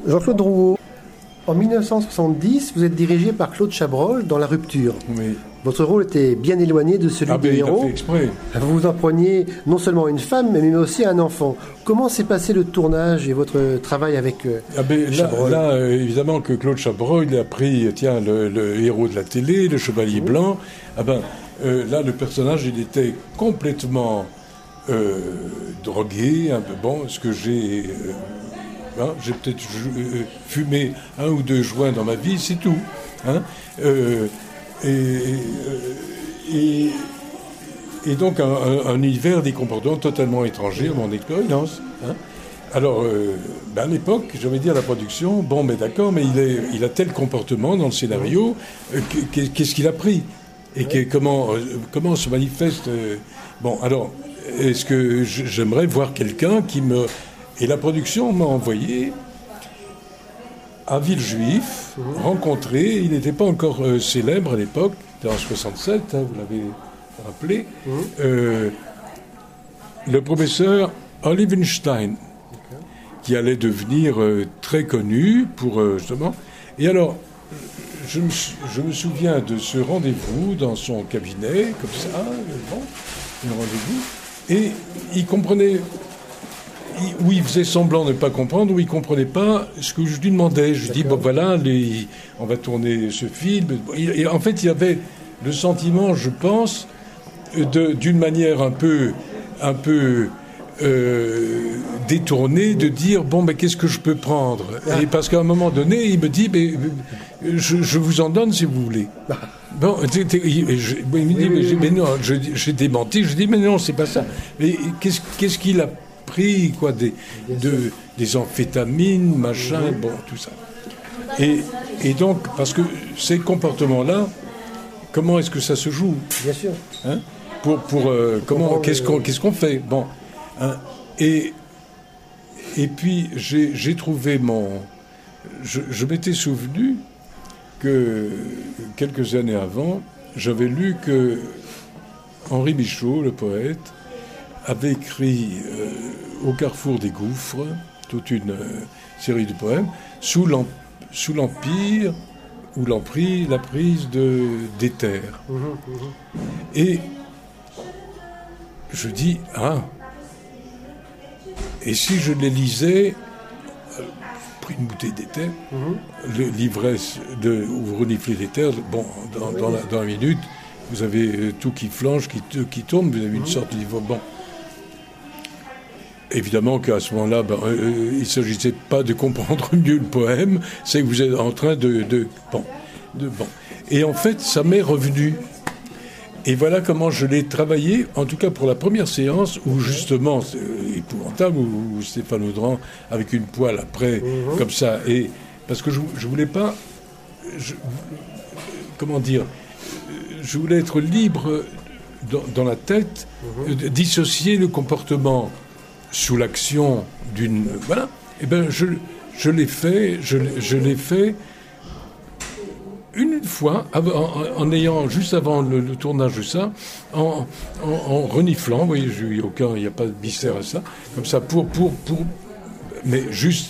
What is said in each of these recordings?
Jean-Claude Drouot, en 1970, vous êtes dirigé par Claude Chabrol dans La Rupture. Oui. Votre rôle était bien éloigné de celui des héros. Il a fait exprès. Vous en preniez non seulement une femme, mais aussi un enfant. Comment s'est passé le tournage et votre travail avec Chabrol ? Là, évidemment que Claude Chabrol, il a pris, le héros de la télé, le chevalier blanc. Là, le personnage, il était complètement drogué, un peu bon, ce que j'ai peut-être fumé 1 ou 2 joints dans ma vie, c'est tout. Et donc un univers, des comportements totalement étrangers à mon expérience. Alors, à l'époque, j'avais dit à la production, bon, mais d'accord, mais il a tel comportement dans le scénario, qu'est-ce qu'il a pris ? Et comment se manifeste Bon, alors, est-ce que j'aimerais voir quelqu'un qui me... Et la production m'a envoyé à Villejuif, rencontré, il n'était pas encore célèbre à l'époque, c'était en 67, vous l'avez rappelé, le professeur Olivenstein, qui allait devenir très connu pour justement... Et alors, je me souviens de ce rendez-vous dans son cabinet, comme ça, un rendez-vous, et il comprenait... Où il faisait semblant de ne pas comprendre, où il ne comprenait pas ce que je lui demandais. Je lui dis, bon voilà, on va tourner ce film. Et en fait, il y avait le sentiment, je pense, d'une manière un peu détournée, de dire, bon, mais qu'est-ce que je peux prendre ? Et parce qu'à un moment donné, il me dit, mais, je vous en donne si vous voulez. Bon, il me dit, mais non, j'ai démenti. Je dis, mais non, c'est pas ça. Mais qu'est-ce qu'il a pris, quoi, des amphétamines, machin, bon, tout ça. Et donc, parce que ces comportements-là, comment est-ce que ça se joue ? Bien sûr. Qu'est-ce qu'on fait ? Bon, et puis j'ai trouvé je m'étais souvenu que quelques années avant, j'avais lu que Henri Michaud, le poète, avait écrit Au carrefour des gouffres, toute une série de poèmes, sous l'empire ou la prise des terres. Et je dis, et si je les lisais, pris une bouteille d'éther, l'ivresse où vous reniflez les terres, bon, dans la minute, vous avez tout qui flanche, qui tourne, vous avez une sorte de niveau, bon. Évidemment qu'à ce moment-là, il ne s'agissait pas de comprendre mieux le poème, c'est que vous êtes en train de bon. Et en fait, ça m'est revenu. Et voilà comment je l'ai travaillé, en tout cas pour la première séance, où justement, c'est épouvantable, où Stéphane Audran, avec une poêle après, comme ça, et parce que je voulais pas... comment dire ? Je voulais être libre dans la tête, dissocier le comportement sous l'action d'une... Voilà. Eh bien, je l'ai fait, je l'ai fait une fois, en ayant, juste avant le tournage de ça, en reniflant, vous voyez, il n'y a pas de mystère à ça, comme ça, mais juste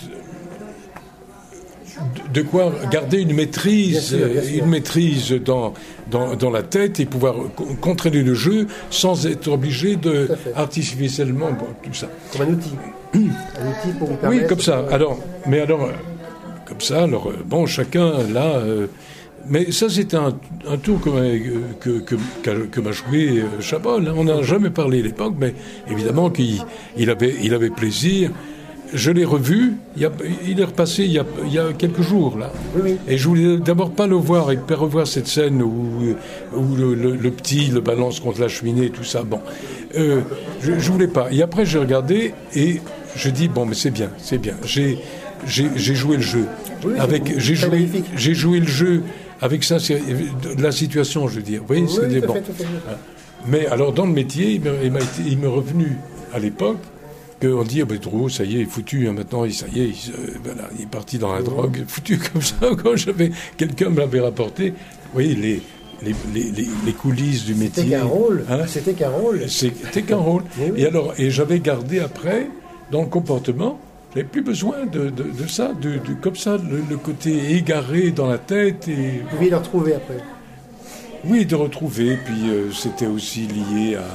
de quoi garder une maîtrise, bien sûr. Une maîtrise dans la tête et pouvoir contrôler le jeu sans être obligé de artificiellement, tout ça. Comme un outil. Un outil pour vous permettre... Oui, comme ça. Comme ça, bon, chacun là... mais ça, c'est un tour que m'a joué Chabrol. On n'a jamais parlé à l'époque, mais évidemment qu'il avait plaisir. Je l'ai revu, il est repassé il y a quelques jours, là. Oui. Et je voulais d'abord pas le voir, et pas revoir cette scène où le petit le balance contre la cheminée, tout ça. Bon, je voulais pas. Et après, j'ai regardé, et je dis, bon, mais c'est bien. J'ai joué le jeu. Oui, j'ai joué le jeu avec ça, c'est la situation, je veux dire. Vous voyez, c'est bon. Mais alors, dans le métier, il m'est revenu, à l'époque, qu'on dit, Drouot, ça y est, il est foutu, maintenant, ça y est, il est parti dans la drogue, foutu comme ça, quand quelqu'un me l'avait rapporté. Vous voyez, les coulisses du métier. C'était qu'un rôle. C'était qu'un rôle. Et j'avais gardé après, dans le comportement, j'avais plus besoin de ça, comme ça, le côté égaré dans la tête. Et... Vous pouviez le retrouver après. Oui, de retrouver. Puis c'était aussi lié à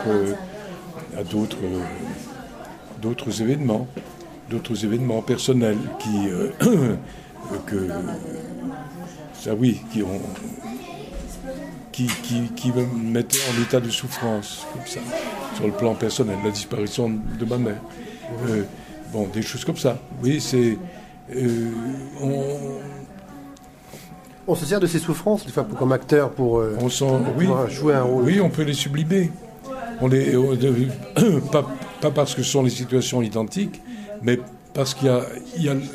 d'autres événements personnels qui me mettaient en état de souffrance, comme ça, sur le plan personnel, la disparition de ma mère. Des choses comme ça. Oui, c'est... On se sert de ces souffrances, des fois, comme acteur, pour jouer un rôle. Oui, on peut les sublimer. Pas parce que ce sont les situations identiques, mais parce qu'il y a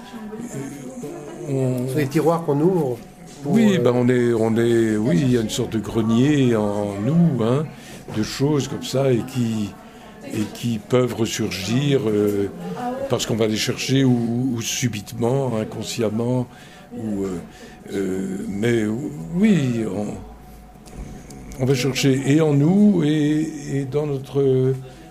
c'est les tiroirs qu'on ouvre. Oui, il y a une sorte de grenier en nous, de choses comme ça, et qui peuvent ressurgir parce qu'on va les chercher ou subitement, inconsciemment, mais oui, on va chercher et en nous et dans notre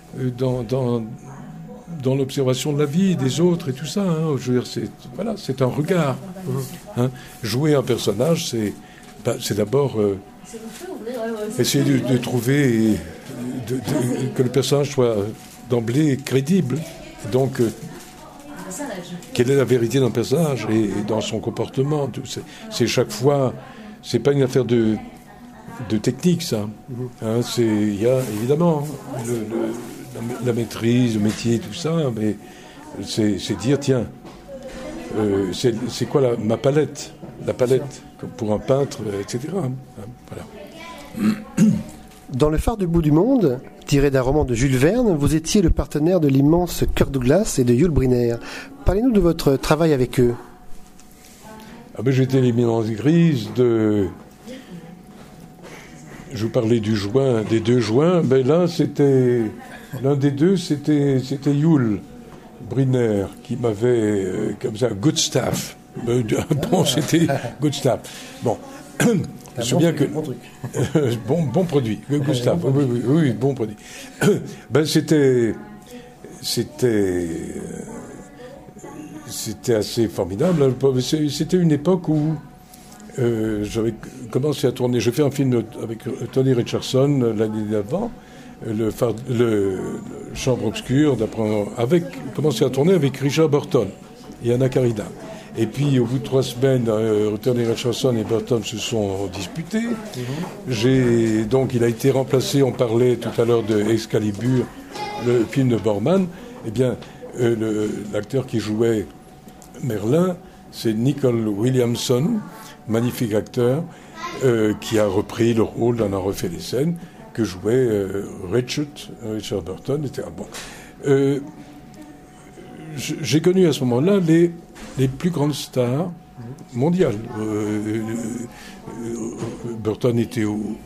dans l'observation de la vie des autres et tout ça. Je veux dire, c'est un regard. Jouer un personnage, c'est d'abord essayer de trouver que le personnage soit d'emblée crédible. Donc, quelle est la vérité d'un personnage et dans son comportement. C'est chaque fois, c'est pas une affaire de technique, ça. Il y a évidemment la maîtrise, le métier, tout ça, mais c'est dire, tiens, c'est quoi ma palette, la palette, comme pour un peintre, etc. Voilà. Dans Le phare du bout du monde, tiré d'un roman de Jules Verne, vous étiez le partenaire de l'immense Kirk Douglas et de Yul Brynner. Parlez-nous de votre travail avec eux. J'étais l'éminence grise de... Je vous parlais des 2 juins. Là, c'était... L'un des deux, c'était Yul Brynner qui m'avait, comme ça, good stuff. C'était good stuff. Bon, je me souviens que... Bon truc. bon produit, good stuff. Oui, bon produit. C'était assez formidable. C'était une époque où j'avais commencé à tourner. J'ai fait un film avec Tony Richardson l'année d'avant, le Chambre obscure, commencé à tourner avec Richard Burton et Anna Karina. Et puis, au bout de 3 semaines, Tony Richardson et Burton se sont disputés. Donc, il a été remplacé, on parlait tout à l'heure de Excalibur, le film de Borman. Eh bien, l'acteur qui jouait Merlin, c'est Nicole Williamson, magnifique acteur, qui a repris le rôle, on a refait les scènes, que jouait Richard Burton. J'ai connu à ce moment-là les plus grandes stars mondiales. Burton était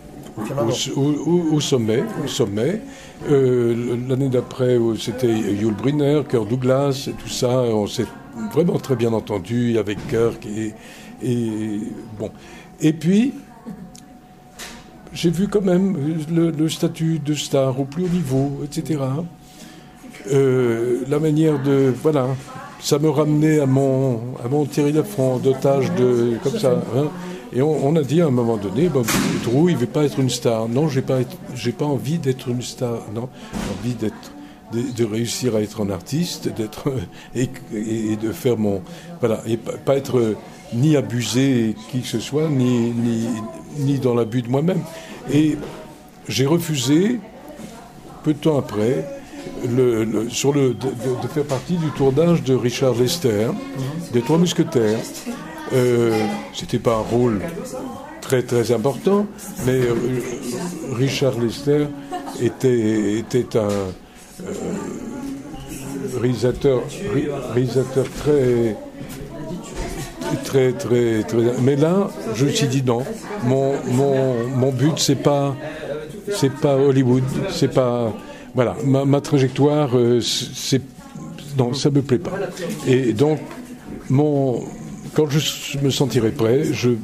au sommet. L'année d'après, c'était Yul Brynner, Kirk Douglas, et tout ça. On s'est vraiment très bien entendu avec Kirk. Et puis, j'ai vu quand même le statut de star au plus haut niveau, etc. La manière de... Voilà, ça me ramenait à mon Thierry Lafront, d'otage comme ça. Et on a dit à un moment donné, Drew, il ne veut pas être une star. Non, j'ai pas envie d'être une star. Non, j'ai envie de réussir à être un artiste, et de faire mon... Voilà, et pas être ni abusé qui que ce soit, ni dans l'abus de moi-même. Et j'ai refusé, peu de temps après, de faire partie du tournage de Richard Lester, des 3 Mousquetaires. C'était pas un rôle très très important, mais Richard Lester était un réalisateur très très très. Mais là, je me suis dit non. Mon but c'est pas Hollywood, c'est pas. Voilà, ma trajectoire, non, ça me plaît pas. Et donc, quand je me sentirai prêt,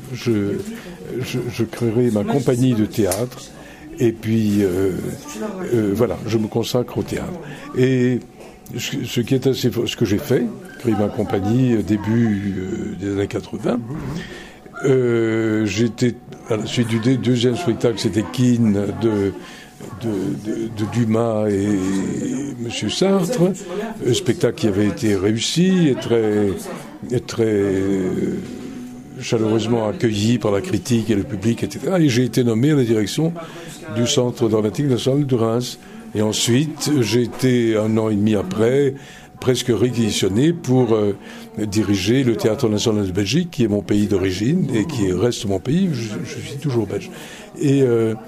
je créerai ma compagnie de théâtre, et puis voilà, je me consacre au théâtre. Et ce qui est assez ce que j'ai fait, créé ma compagnie début des années 80. J'étais à la suite du deuxième spectacle, c'était Keane de Dumas et Monsieur Sartre, un spectacle qui avait été réussi et très chaleureusement accueilli par la critique et le public, etc. Et j'ai été nommé à la direction du Centre dramatique national de Reims. Et ensuite, j'ai été 1 an et demi après presque réquisitionné pour diriger le Théâtre national de Belgique, qui est mon pays d'origine et qui reste mon pays. Je suis toujours belge. Et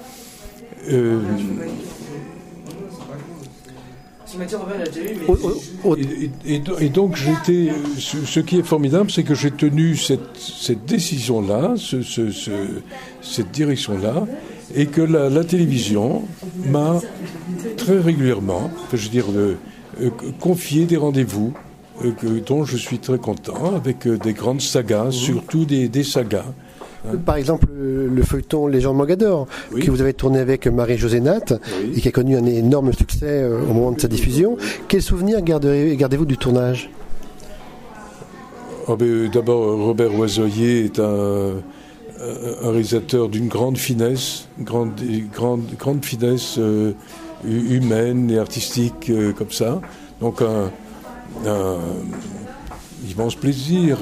donc j'étais. Ce qui est formidable, c'est que j'ai tenu cette décision-là, cette direction-là, et que la télévision m'a très régulièrement, confié des rendez-vous dont je suis très content, avec des grandes sagas, surtout des sagas. Par exemple, le feuilleton Légende Mogador, que vous avez tourné avec Marie-Josée Natte, et qui a connu un énorme succès au moment de sa diffusion. Quel souvenir gardez-vous du tournage ? D'abord, Robert Loisoyer est un réalisateur d'une grande finesse, grande finesse humaine et artistique comme ça. Donc un immense plaisir.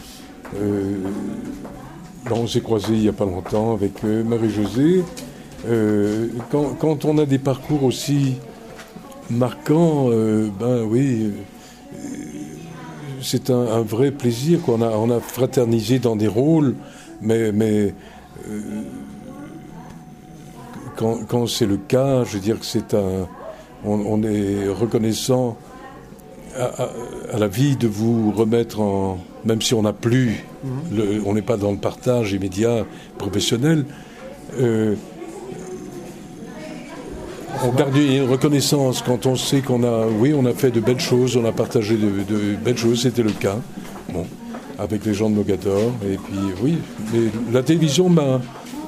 On s'est croisés il n'y a pas longtemps avec Marie-Josée. Quand on a des parcours aussi marquants, c'est un vrai plaisir. On a fraternisé dans des rôles, mais quand c'est le cas, je veux dire que on est reconnaissant à la vie de vous remettre même si on n'a plus, on n'est pas dans le partage immédiat professionnel, on garde une reconnaissance quand on sait on a fait de belles choses, on a partagé de belles choses, c'était le cas, avec les gens de Mogador, et puis mais la télévision m'a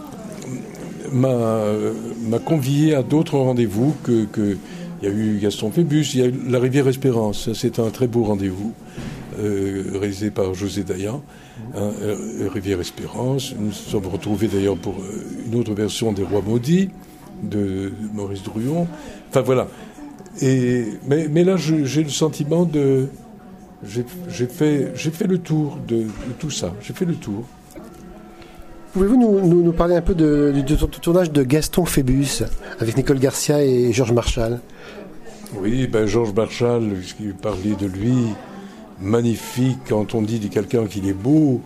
convié à d'autres rendez-vous il y a eu Gaston Phébus, il y a eu La Rivière Espérance. Ça, c'est un très beau rendez-vous réalisé par José Dayan. Rivière Espérance. Nous nous sommes retrouvés d'ailleurs pour une autre version des Rois Maudits de Maurice Drouillon. Enfin voilà. Mais là, j'ai le sentiment j'ai fait le tour de tout ça. J'ai fait le tour. Pouvez-vous nous parler un peu du tournage de Gaston Phébus avec Nicole Garcia et Georges Marchal ? Oui, Georges Marchal, puisqu'il parlait de lui, magnifique, quand on dit de quelqu'un qu'il est beau,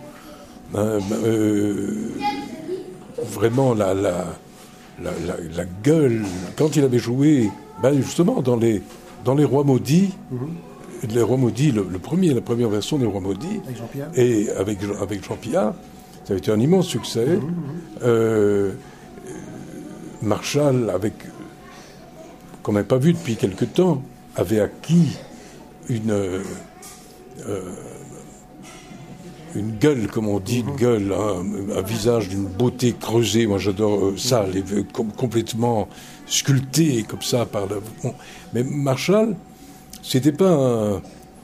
vraiment la gueule, quand il avait joué, justement dans les Rois Maudits, les Rois Maudits, la première version des Rois Maudits, et avec Jean-Pierre, ça avait été un immense succès. Marchal, qu'on n'avait pas vu depuis quelque temps, avait acquis une gueule, comme on dit, une gueule, un visage d'une beauté creusée. Moi, j'adore ça, complètement sculpté comme ça par Mais Marchal, c'était un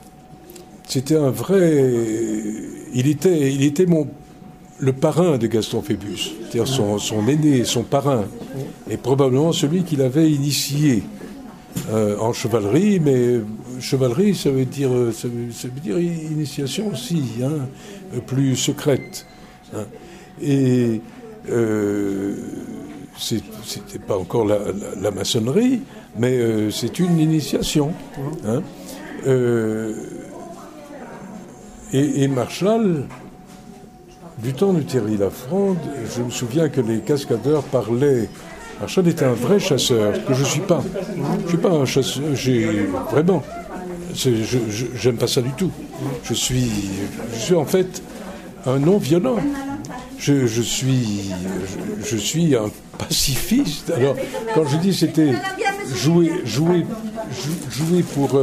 vrai. Il était le parrain de Gaston Phébus, c'est-à-dire son aîné, son parrain, et probablement celui qui l'avait initié en chevalerie, mais chevalerie, ça veut dire initiation aussi, plus secrète. Et c'était pas encore la maçonnerie, mais c'est une initiation. Et Marchal, du temps de Thierry Lafronde, je me souviens que les cascadeurs parlaient. Marchal était un vrai chasseur, que je ne suis pas. Je ne suis pas un chasseur, vraiment. J'aime pas ça du tout. Je suis en fait un non-violent. Je suis un pacifiste. Alors, quand je dis c'était jouer pour...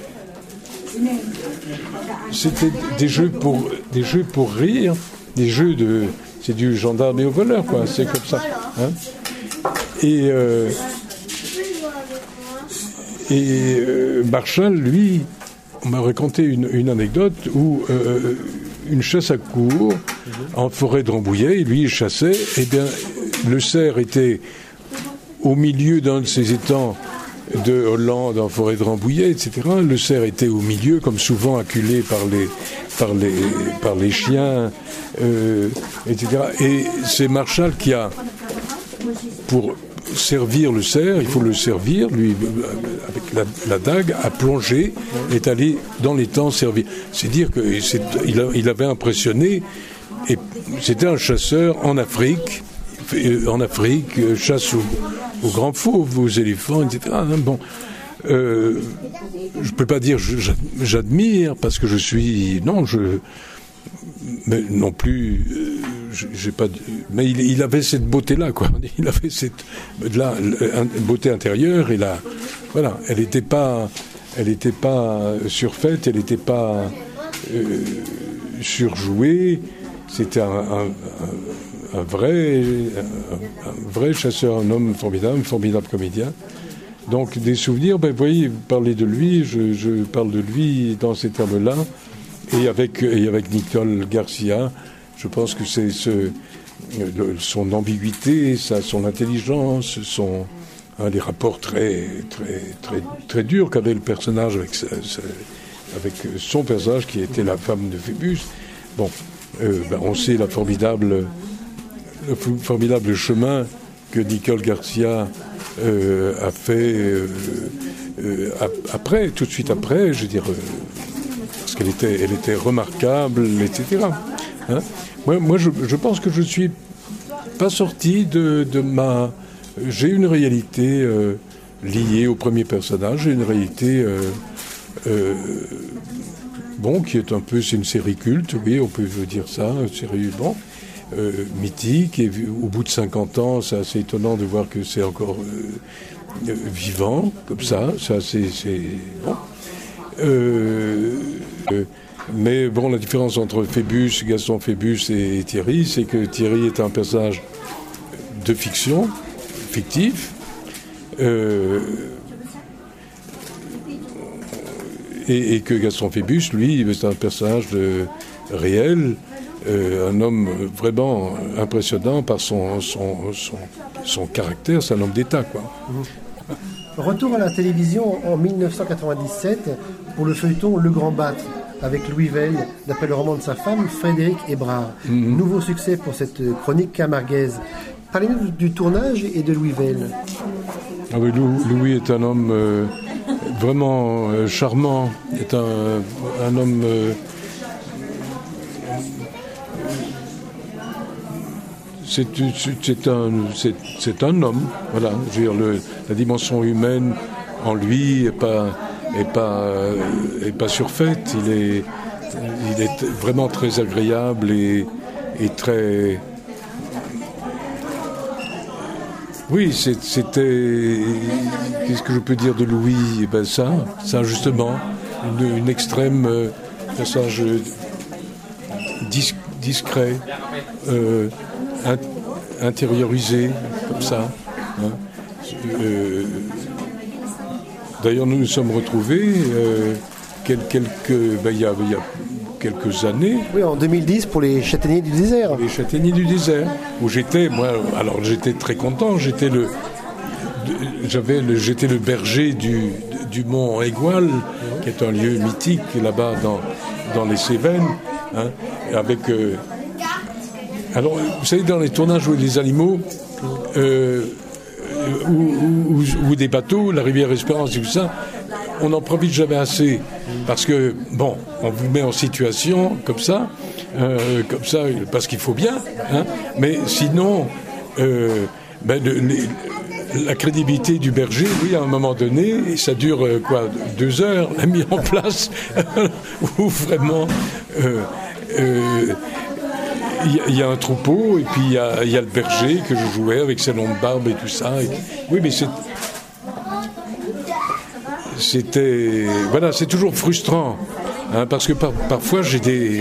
c'était des jeux pour rire, des jeux c'est du gendarme et au voleur, quoi. C'est comme ça. Marshall, lui, on m'a raconté une anecdote où une chasse à courre en forêt de Rambouillet, lui il chassait, et bien le cerf était au milieu d'un de ces étangs de Hollande en forêt de Rambouillet, etc. Le cerf était au milieu, comme souvent acculé par les chiens, etc. Et c'est Marshall qui a, pour servir le cerf, il faut le servir, lui, avec la dague, a plongé, est allé dans l'étang servir. C'est dire qu'il avait impressionné, et c'était un chasseur en Afrique, chasse aux grands fauves, aux éléphants, etc. Bon, je peux pas dire j'admire, parce que je suis... Mais non plus, j'ai pas. Mais il avait cette beauté-là, quoi. Il avait une beauté intérieure, et là, voilà, elle n'était pas surfaite, elle n'était pas surjouée. C'était un vrai chasseur, un homme formidable, comédien. Donc des souvenirs. Ben, vous voyez, vous parlez de lui, je parle de lui dans ces termes-là. Et avec Nicole Garcia, je pense que c'est son ambiguïté, son intelligence, les rapports très, très, très, très durs qu'avait le personnage avec son personnage qui était la femme de Phébus. Bon, on sait le formidable chemin que Nicole Garcia a fait après, tout de suite après, je veux dire. Parce qu'elle était remarquable, etc. Hein? Moi, je pense que je suis pas sorti de ma... J'ai une réalité liée au premier personnage, j'ai une réalité qui est un peu... C'est une série culte, oui, on peut dire ça, une série, mythique, et au bout de 50 ans, c'est assez étonnant de voir que c'est encore vivant, comme ça, c'est bon. Mais bon, la différence entre Phébus, Gaston Phébus et Thierry, c'est que Thierry est un personnage de fiction, fictif, et que Gaston Phébus, lui, c'est un personnage réel, un homme vraiment impressionnant par son caractère, c'est un homme d'État, quoi. Retour à la télévision en 1997 pour le feuilleton Le Grand Battre avec Louis Vell, d'après le roman de sa femme, Frédéric Hébrard. Nouveau succès pour cette chronique camarguaise. Parlez-nous du tournage et de Louis Vell. Ah oui, Louis est un homme vraiment charmant, est un homme... C'est un homme, voilà. Je veux dire, la dimension humaine en lui est pas surfaite. Il est vraiment très agréable et très. Oui, c'était. Qu'est-ce que je peux dire de Louis? Eh ben ça justement, une extrême personnage discret. Intériorisé comme ça. Hein. D'ailleurs, nous nous sommes retrouvés il y a quelques années. Oui, en 2010 pour les Châtaigniers du désert. Les Châtaigniers du désert, où j'étais très content. J'étais le berger du mont Aigual, qui est un lieu mythique là-bas dans les Cévennes, hein, avec. Alors, vous savez, dans les tournages où les animaux, ou des bateaux, la rivière Espérance et tout ça, on n'en profite jamais assez. Parce que, bon, on vous met en situation comme ça, parce qu'il faut bien, hein, mais sinon, la crédibilité du berger, oui, à un moment donné, et ça dure 2 heures, l'a mis en place, où vraiment... Il y a un troupeau, et puis il y a le berger que je jouais avec sa longue barbe et tout ça. Oui, mais c'était... Voilà, c'est toujours frustrant, hein, parce que parfois j'ai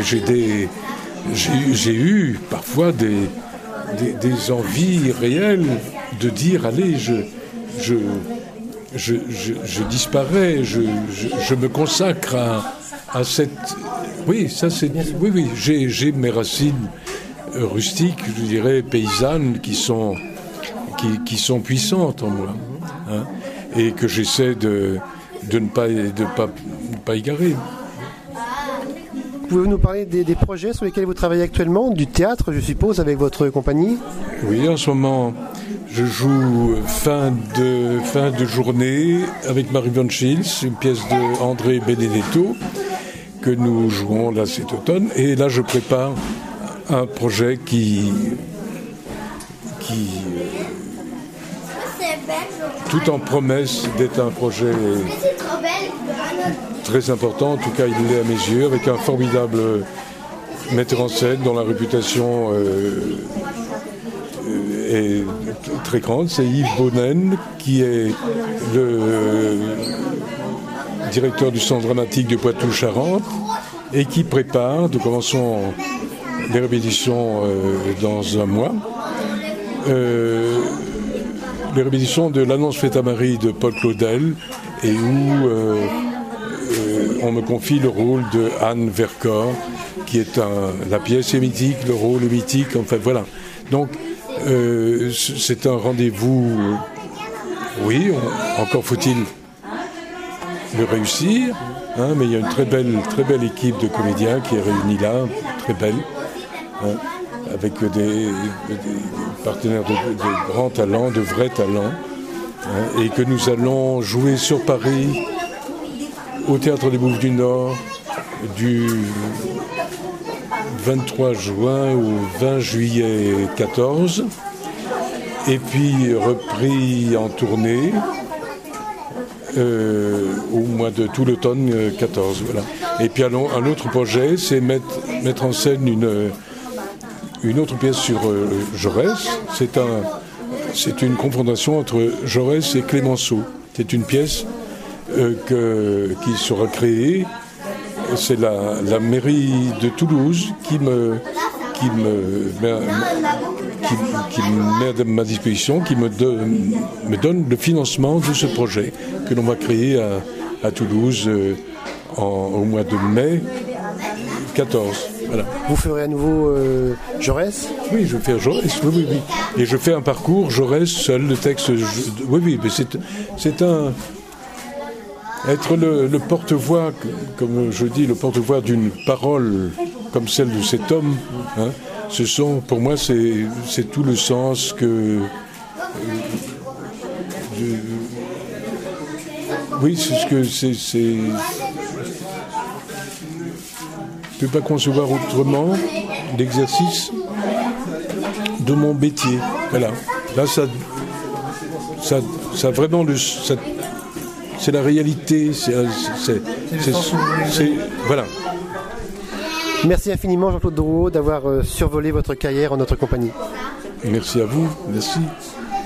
eu parfois des envies réelles de dire, allez, je disparais, je me consacre à cette... Oui, ça c'est... Oui, j'ai mes racines rustiques, je dirais, paysannes, qui sont puissantes en moi, hein, et que j'essaie de ne pas égarer. Pouvez-vous nous parler des projets sur lesquels vous travaillez actuellement, du théâtre, je suppose, avec votre compagnie? Oui, en ce moment, je joue fin de journée avec Marie von Schiltz, une pièce de André Benedetto que nous jouons là cet automne. Et là, je prépare un projet qui tout en promesse d'être un projet très important, en tout cas il l'est à mes yeux, avec un formidable metteur en scène dont la réputation est très grande. C'est Yves Bonnen, qui est le directeur du centre dramatique de Poitou-Charentes et qui prépare, nous commençons les répétitions dans un mois, les répétitions de l'Annonce faite à Marie de Paul Claudel, et où on me confie le rôle de Anne Vercors, qui est la pièce est mythique, le rôle est mythique, enfin voilà. Donc c'est un rendez-vous, oui, encore faut-il le réussir, hein, mais il y a une très belle équipe de comédiens qui est réunie là, très belle, hein, avec des partenaires de grands talents, de vrais talents, hein, et que nous allons jouer sur Paris, au Théâtre des Bouffes du Nord, du 23 juin au 20 juillet 14, et puis repris en tournée au mois de tout l'automne 14. Voilà. Et puis un autre projet, c'est mettre en scène une autre pièce sur Jaurès. C'est une confrontation entre Jaurès et Clémenceau. C'est une pièce qui sera créée. C'est la mairie de Toulouse qui me met à ma disposition, qui me donne le financement de ce projet que l'on va créer à Toulouse au mois de mai 14. Voilà. Vous ferez à nouveau Jaurès? Oui, je fais Jaurès, oui. Et je fais un parcours Jaurès seul, le texte... Oui, mais c'est un... Être le porte-voix, comme je dis, le porte-voix d'une parole comme celle de cet homme, hein, pour moi, c'est tout le sens que... oui, c'est ce que c'est... Je ne peux pas concevoir autrement l'exercice de mon métier. Voilà. Là, ça vraiment c'est la réalité. Voilà. Merci infiniment, Jean-Claude Drouot, d'avoir survolé votre carrière en notre compagnie. Merci à vous. Merci.